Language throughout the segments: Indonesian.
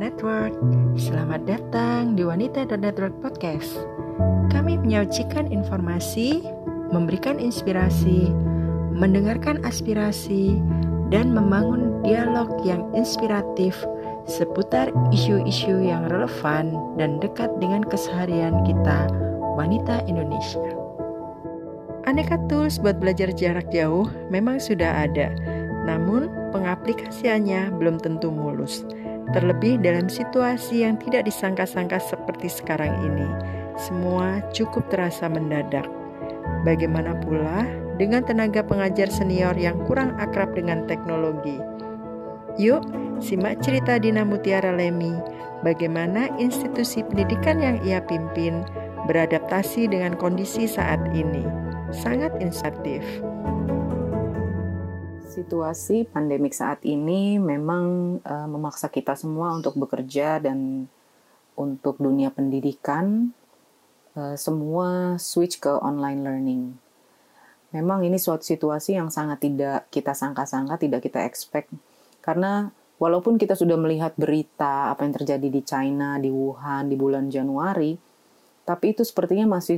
Wanita.network. Selamat datang di Wanita.network Podcast. Kami menyajikan informasi, memberikan inspirasi, mendengarkan aspirasi, dan membangun dialog yang inspiratif seputar isu-isu yang relevan dan dekat dengan keseharian kita, wanita Indonesia. Aneka tools buat belajar jarak jauh memang sudah ada, namun pengaplikasiannya belum tentu mulus. Terlebih dalam situasi yang tidak disangka-sangka seperti sekarang ini, semua cukup terasa mendadak. Bagaimana pula dengan tenaga pengajar senior yang kurang akrab dengan teknologi? Yuk, simak cerita Dina Mutiara Lemi, bagaimana institusi pendidikan yang ia pimpin beradaptasi dengan kondisi saat ini. Sangat inspiratif. Situasi pandemik saat ini memang memaksa kita semua untuk bekerja, dan untuk dunia pendidikan semua switch ke online learning. Memang ini suatu situasi yang sangat tidak kita sangka-sangka, tidak kita expect. Karena walaupun kita sudah melihat berita apa yang terjadi di China, di Wuhan di bulan Januari, tapi itu sepertinya masih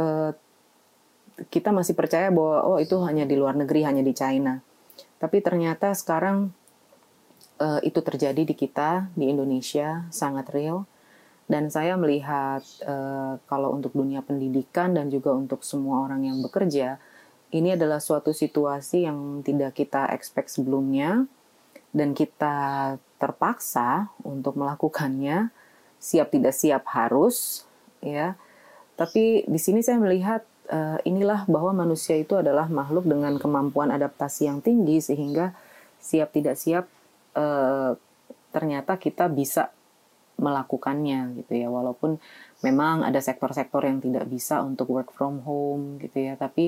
kita masih percaya bahwa itu hanya di luar negeri, hanya di China. Tapi ternyata sekarang itu terjadi di kita, di Indonesia, sangat real. Dan saya melihat kalau untuk dunia pendidikan dan juga untuk semua orang yang bekerja, ini adalah suatu situasi yang tidak kita expect sebelumnya, dan kita terpaksa untuk melakukannya, siap tidak siap harus, ya. Tapi di sini saya melihat inilah bahwa manusia itu adalah makhluk dengan kemampuan adaptasi yang tinggi, sehingga siap tidak siap ternyata kita bisa melakukannya gitu ya. Walaupun memang ada sektor-sektor yang tidak bisa untuk work from home gitu ya, tapi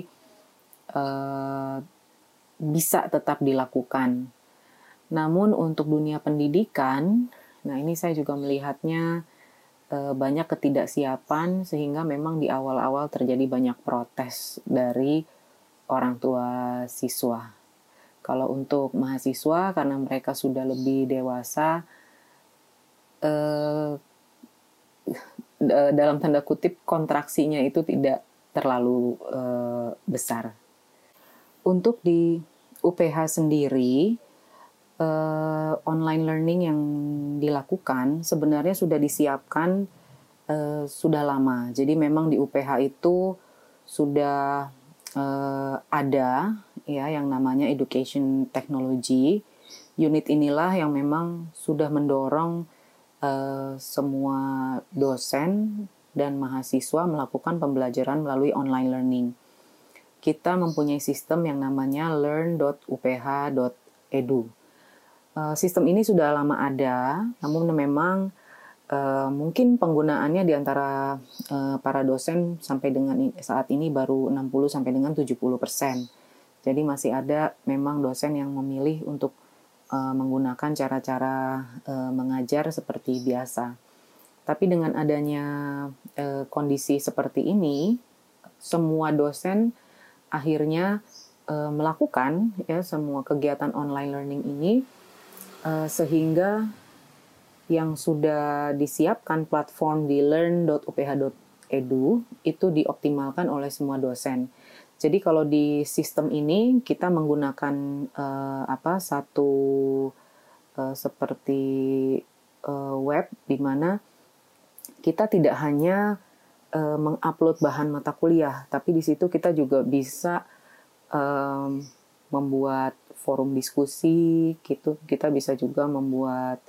bisa tetap dilakukan. Namun untuk dunia pendidikan, nah ini saya juga melihatnya banyak ketidaksiapan, sehingga memang di awal-awal terjadi banyak protes dari orang tua siswa. Kalau untuk mahasiswa, karena mereka sudah lebih dewasa, dalam tanda kutip kontraksinya itu tidak terlalu besar. Untuk di UPH sendiri, online learning yang dilakukan sebenarnya sudah disiapkan sudah lama. Jadi memang di UPH itu sudah ada ya yang namanya Education Technology. Unit inilah yang memang sudah mendorong semua dosen dan mahasiswa melakukan pembelajaran melalui online learning. Kita mempunyai sistem yang namanya learn.uph.edu. Sistem ini sudah lama ada, namun memang mungkin penggunaannya di antara para dosen sampai dengan saat ini baru 60 sampai dengan 70%. Jadi masih ada memang dosen yang memilih untuk menggunakan cara-cara mengajar seperti biasa. Tapi dengan adanya kondisi seperti ini, semua dosen akhirnya melakukan ya semua kegiatan online learning ini, sehingga yang sudah disiapkan platform di learn.uph.edu itu dioptimalkan oleh semua dosen. Jadi kalau di sistem ini kita menggunakan satu seperti web, di mana kita tidak hanya mengupload bahan mata kuliah, tapi di situ kita juga bisa membuat forum diskusi, gitu. Kita bisa juga membuat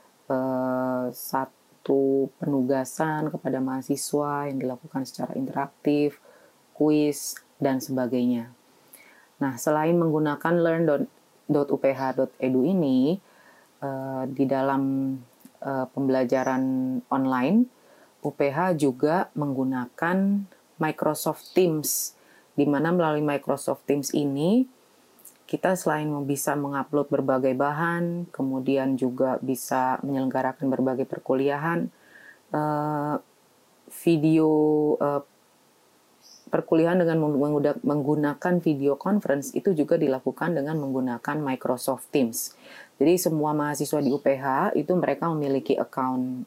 satu penugasan kepada mahasiswa yang dilakukan secara interaktif, kuis, dan sebagainya. Nah, selain menggunakan learn.uph.edu ini, di dalam pembelajaran online, UPH juga menggunakan Microsoft Teams, di mana melalui Microsoft Teams ini, kita selain bisa mengupload berbagai bahan, kemudian juga bisa menyelenggarakan berbagai perkuliahan, video perkuliahan dengan menggunakan video conference itu juga dilakukan dengan menggunakan Microsoft Teams. Jadi semua mahasiswa di UPH itu mereka memiliki account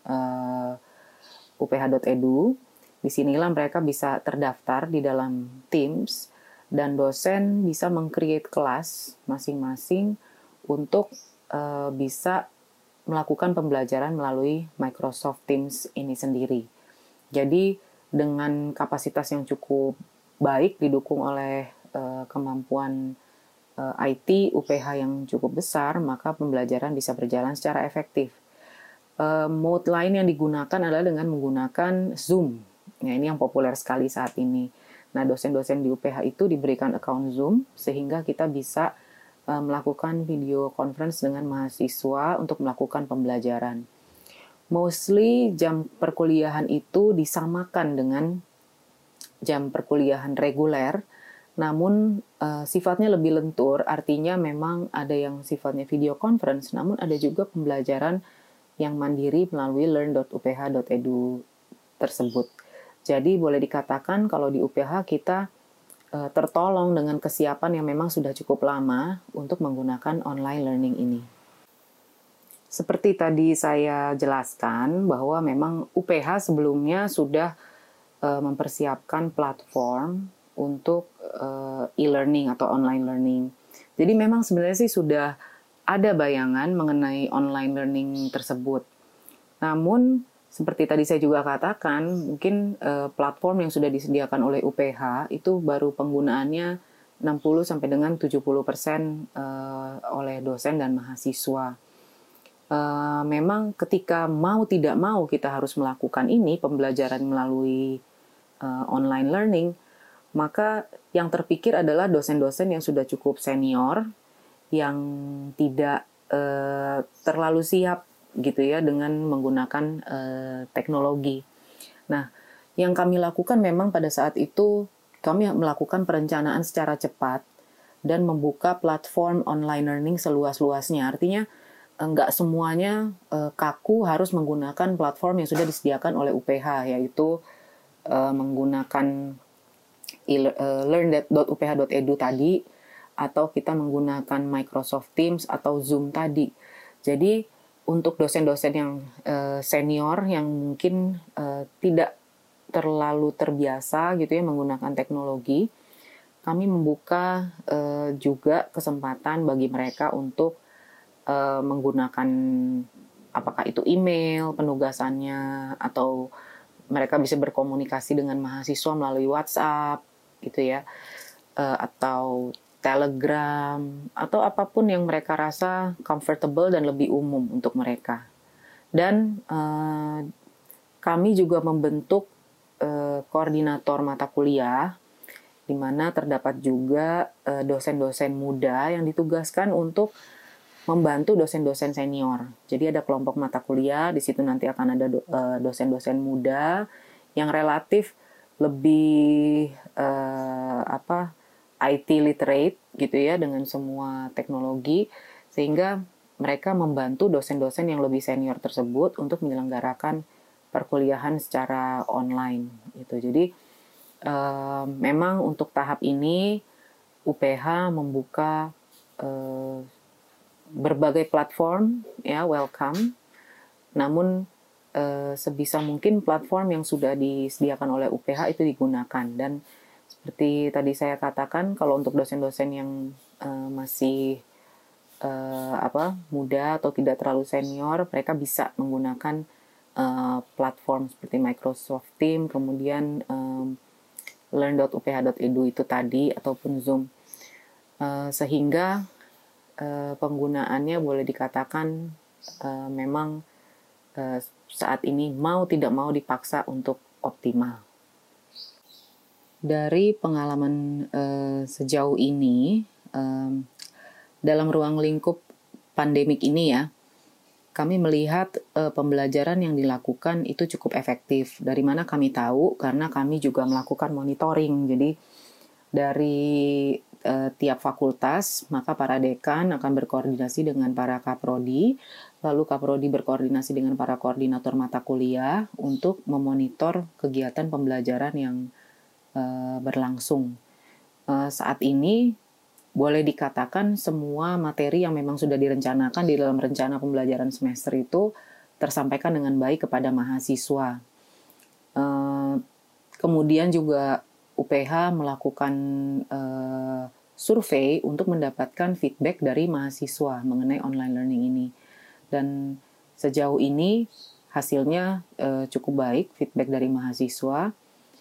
uph.edu. Disinilah mereka bisa terdaftar di dalam Teams dan dosen bisa meng-create kelas masing-masing untuk bisa melakukan pembelajaran melalui Microsoft Teams ini sendiri. Jadi dengan kapasitas yang cukup baik didukung oleh kemampuan IT UPH yang cukup besar, maka pembelajaran bisa berjalan secara efektif. Mode lain yang digunakan adalah dengan menggunakan Zoom. Nah, ini yang populer sekali saat ini. Nah, dosen-dosen di UPH itu diberikan account Zoom sehingga kita bisa melakukan video conference dengan mahasiswa untuk melakukan pembelajaran. Mostly jam perkuliahan itu disamakan dengan jam perkuliahan reguler, namun sifatnya lebih lentur, artinya memang ada yang sifatnya video conference, namun ada juga pembelajaran yang mandiri melalui learn.uph.edu tersebut. Jadi boleh dikatakan kalau di UPH kita tertolong dengan kesiapan yang memang sudah cukup lama untuk menggunakan online learning ini. Seperti tadi saya jelaskan bahwa memang UPH sebelumnya sudah mempersiapkan platform untuk e-learning atau online learning. Jadi memang sebenarnya sih sudah ada bayangan mengenai online learning tersebut. Namun seperti tadi saya juga katakan, mungkin platform yang sudah disediakan oleh UPH itu baru penggunaannya 60 sampai dengan 70% oleh dosen dan mahasiswa. Memang ketika mau tidak mau kita harus melakukan ini, pembelajaran melalui online learning, maka yang terpikir adalah dosen-dosen yang sudah cukup senior, yang tidak terlalu siap gitu ya dengan menggunakan teknologi. Nah, yang kami lakukan memang pada saat itu kami melakukan perencanaan secara cepat dan membuka platform online learning seluas-luasnya. Artinya enggak semuanya kaku harus menggunakan platform yang sudah disediakan oleh UPH, yaitu menggunakan learn.uph.edu tadi, atau kita menggunakan Microsoft Teams atau Zoom tadi. Jadi untuk dosen-dosen yang senior yang mungkin tidak terlalu terbiasa gitu ya menggunakan teknologi, kami membuka juga kesempatan bagi mereka untuk menggunakan apakah itu email penugasannya, atau mereka bisa berkomunikasi dengan mahasiswa melalui WhatsApp gitu ya, atau Telegram, atau apapun yang mereka rasa comfortable dan lebih umum untuk mereka. Dan kami juga membentuk koordinator mata kuliah, di mana terdapat juga dosen-dosen muda yang ditugaskan untuk membantu dosen-dosen senior. Jadi ada kelompok mata kuliah, di situ nanti akan ada dosen-dosen muda yang relatif lebih IT literate gitu ya dengan semua teknologi, sehingga mereka membantu dosen-dosen yang lebih senior tersebut untuk menyelenggarakan perkuliahan secara online gitu. Jadi memang untuk tahap ini UPH membuka berbagai platform ya, welcome. Namun sebisa mungkin platform yang sudah disediakan oleh UPH itu digunakan. Dan seperti tadi saya katakan, kalau untuk dosen-dosen yang masih muda atau tidak terlalu senior, mereka bisa menggunakan platform seperti Microsoft Teams, kemudian learn.uph.edu itu tadi, ataupun Zoom. Sehingga penggunaannya boleh dikatakan memang saat ini mau tidak mau dipaksa untuk optimal. Dari pengalaman sejauh ini, dalam ruang lingkup pandemik ini ya, kami melihat pembelajaran yang dilakukan itu cukup efektif. Dari mana kami tahu? Karena kami juga melakukan monitoring. Jadi dari tiap fakultas, maka para dekan akan berkoordinasi dengan para kaprodi, lalu kaprodi berkoordinasi dengan para koordinator mata kuliah untuk memonitor kegiatan pembelajaran yang berlangsung. Saat ini boleh dikatakan semua materi yang memang sudah direncanakan di dalam rencana pembelajaran semester itu tersampaikan dengan baik kepada mahasiswa. Kemudian juga UPH melakukan survei untuk mendapatkan feedback dari mahasiswa mengenai online learning ini. Dan sejauh ini hasilnya cukup baik, feedback dari mahasiswa.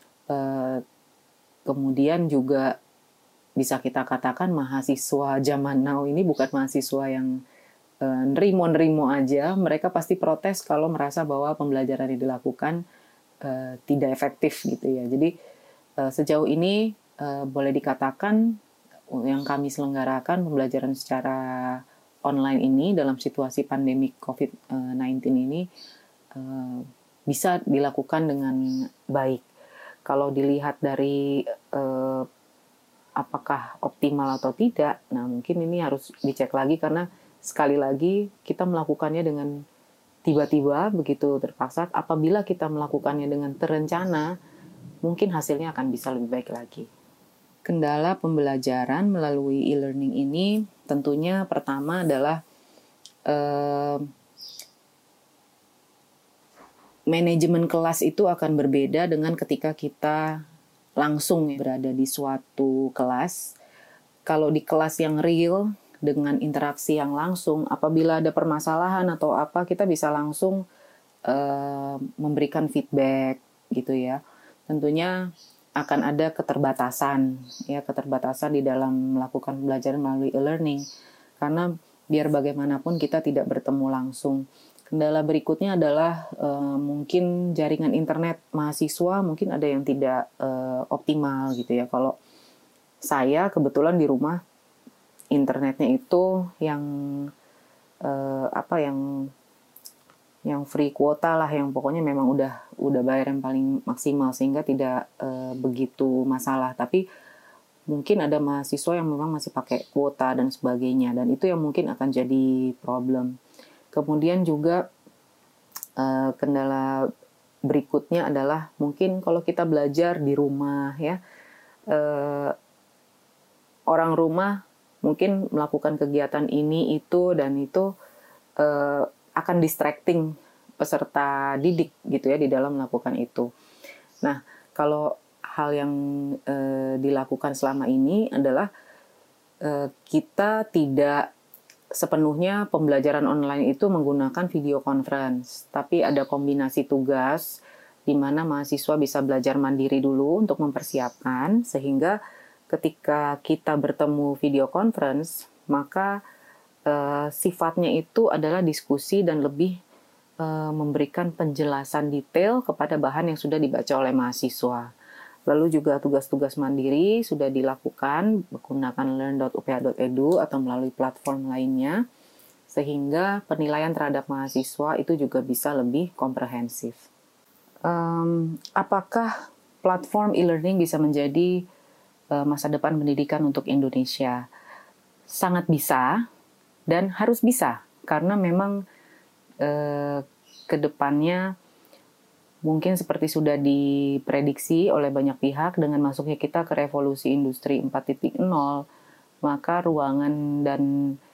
Kemudian juga bisa kita katakan mahasiswa zaman now ini bukan mahasiswa yang nerimo-nerimo aja. Mereka pasti protes kalau merasa bahwa pembelajaran yang dilakukan tidak efektif gitu ya. Jadi sejauh ini boleh dikatakan yang kami selenggarakan pembelajaran secara online ini dalam situasi pandemi COVID-19 ini bisa dilakukan dengan baik. Kalau dilihat dari apakah optimal atau tidak, nah mungkin ini harus dicek lagi karena sekali lagi kita melakukannya dengan tiba-tiba begitu terpaksa. Apabila kita melakukannya dengan terencana, mungkin hasilnya akan bisa lebih baik lagi. Kendala pembelajaran melalui e-learning ini tentunya pertama adalah manajemen kelas itu akan berbeda dengan ketika kita langsung berada di suatu kelas. Kalau di kelas yang real dengan interaksi yang langsung, apabila ada permasalahan atau apa, kita bisa langsung memberikan feedback gitu ya. Tentunya akan ada keterbatasan di dalam melakukan pembelajaran melalui e-learning karena biar bagaimanapun kita tidak bertemu langsung. Kendala berikutnya adalah mungkin jaringan internet mahasiswa mungkin ada yang tidak optimal gitu ya. Kalau saya kebetulan di rumah internetnya itu yang free kuota lah, yang pokoknya memang udah bayar yang paling maksimal sehingga tidak begitu masalah. Tapi mungkin ada mahasiswa yang memang masih pakai kuota dan sebagainya, dan itu yang mungkin akan jadi problem. Kemudian juga kendala berikutnya adalah mungkin kalau kita belajar di rumah ya, orang rumah mungkin melakukan kegiatan ini itu dan itu akan distracting peserta didik gitu ya di dalam melakukan itu. Nah, kalau hal yang dilakukan selama ini adalah kita tidak sepenuhnya pembelajaran online itu menggunakan video conference, tapi ada kombinasi tugas di mana mahasiswa bisa belajar mandiri dulu untuk mempersiapkan, sehingga ketika kita bertemu video conference, maka sifatnya itu adalah diskusi dan lebih memberikan penjelasan detail kepada bahan yang sudah dibaca oleh mahasiswa. Lalu juga tugas-tugas mandiri sudah dilakukan menggunakan learn.uph.edu atau melalui platform lainnya, sehingga penilaian terhadap mahasiswa itu juga bisa lebih komprehensif. Apakah platform e-learning bisa menjadi masa depan pendidikan untuk Indonesia? Sangat bisa dan harus bisa, karena memang ke depannya mungkin seperti sudah diprediksi oleh banyak pihak dengan masuknya kita ke revolusi industri 4.0, maka ruangan dan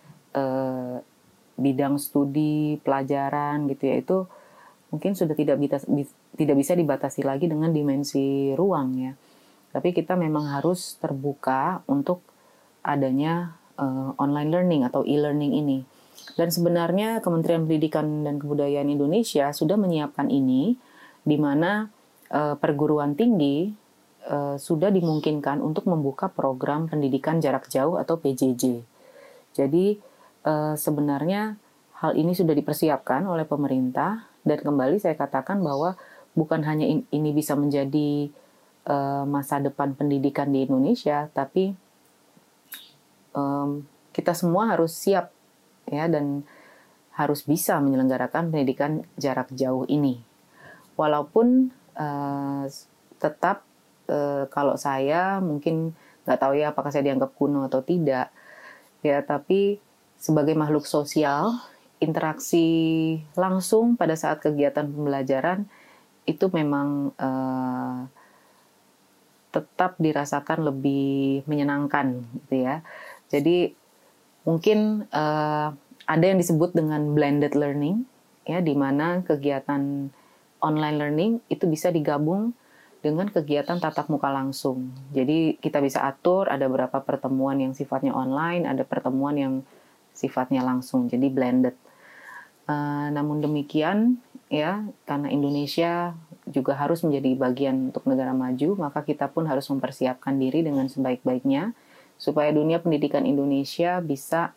bidang studi, pelajaran gitu ya, itu mungkin sudah tidak bisa dibatasi lagi dengan dimensi ruang ya. Tapi kita memang harus terbuka untuk adanya online learning atau e-learning ini. Dan sebenarnya Kementerian Pendidikan dan Kebudayaan Indonesia sudah menyiapkan ini, di mana perguruan tinggi sudah dimungkinkan untuk membuka program pendidikan jarak jauh atau PJJ. Jadi sebenarnya hal ini sudah dipersiapkan oleh pemerintah, dan kembali saya katakan bahwa bukan hanya ini bisa menjadi masa depan pendidikan di Indonesia, tapi kita semua harus siap ya, dan harus bisa menyelenggarakan pendidikan jarak jauh ini. Walaupun tetap kalau saya mungkin nggak tahu ya apakah saya dianggap kuno atau tidak ya, tapi sebagai makhluk sosial, interaksi langsung pada saat kegiatan pembelajaran itu memang tetap dirasakan lebih menyenangkan gitu ya. Jadi mungkin ada yang disebut dengan blended learning, ya, di mana kegiatan online learning itu bisa digabung dengan kegiatan tatap muka langsung. Jadi kita bisa atur ada berapa pertemuan yang sifatnya online, ada pertemuan yang sifatnya langsung. Jadi blended. Namun demikian, ya, karena Indonesia juga harus menjadi bagian untuk negara maju, maka kita pun harus mempersiapkan diri dengan sebaik-baiknya supaya dunia pendidikan Indonesia bisa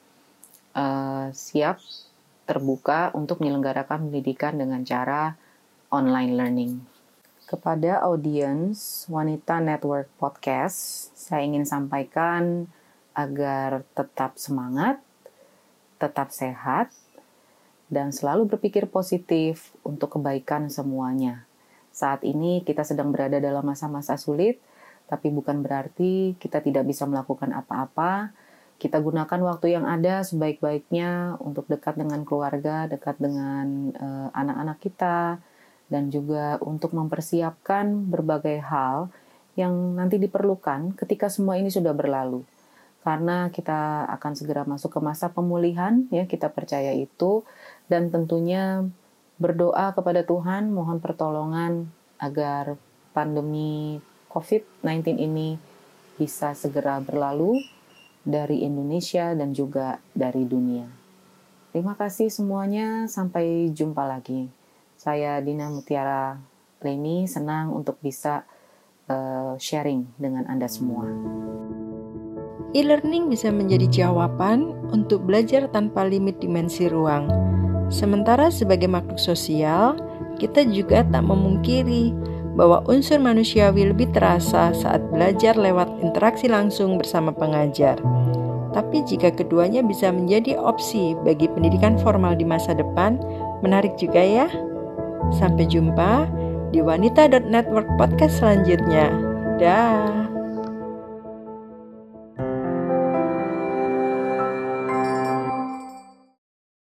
siap terbuka untuk menyelenggarakan pendidikan dengan cara online learning. Kepada audiens Wanita Network Podcast, saya ingin sampaikan agar tetap semangat, tetap sehat, dan selalu berpikir positif untuk kebaikan semuanya. Saat ini kita sedang berada dalam masa-masa sulit, tapi bukan berarti kita tidak bisa melakukan apa-apa. Kita gunakan waktu yang ada sebaik-baiknya untuk dekat dengan keluarga, dekat dengan anak-anak kita, dan juga untuk mempersiapkan berbagai hal yang nanti diperlukan ketika semua ini sudah berlalu. Karena kita akan segera masuk ke masa pemulihan, ya, kita percaya itu, dan tentunya berdoa kepada Tuhan, mohon pertolongan agar pandemi COVID-19 ini bisa segera berlalu dari Indonesia dan juga dari dunia. Terima kasih semuanya, sampai jumpa lagi. Saya Dina Mutiara Leni, senang untuk bisa sharing dengan Anda semua. E-learning bisa menjadi jawaban untuk belajar tanpa limit dimensi ruang. Sementara sebagai makhluk sosial, kita juga tak memungkiri bahwa unsur manusiawi lebih terasa saat belajar lewat interaksi langsung bersama pengajar. Tapi jika keduanya bisa menjadi opsi bagi pendidikan formal di masa depan, menarik juga ya. Sampai jumpa di wanita.network podcast selanjutnya. Dah.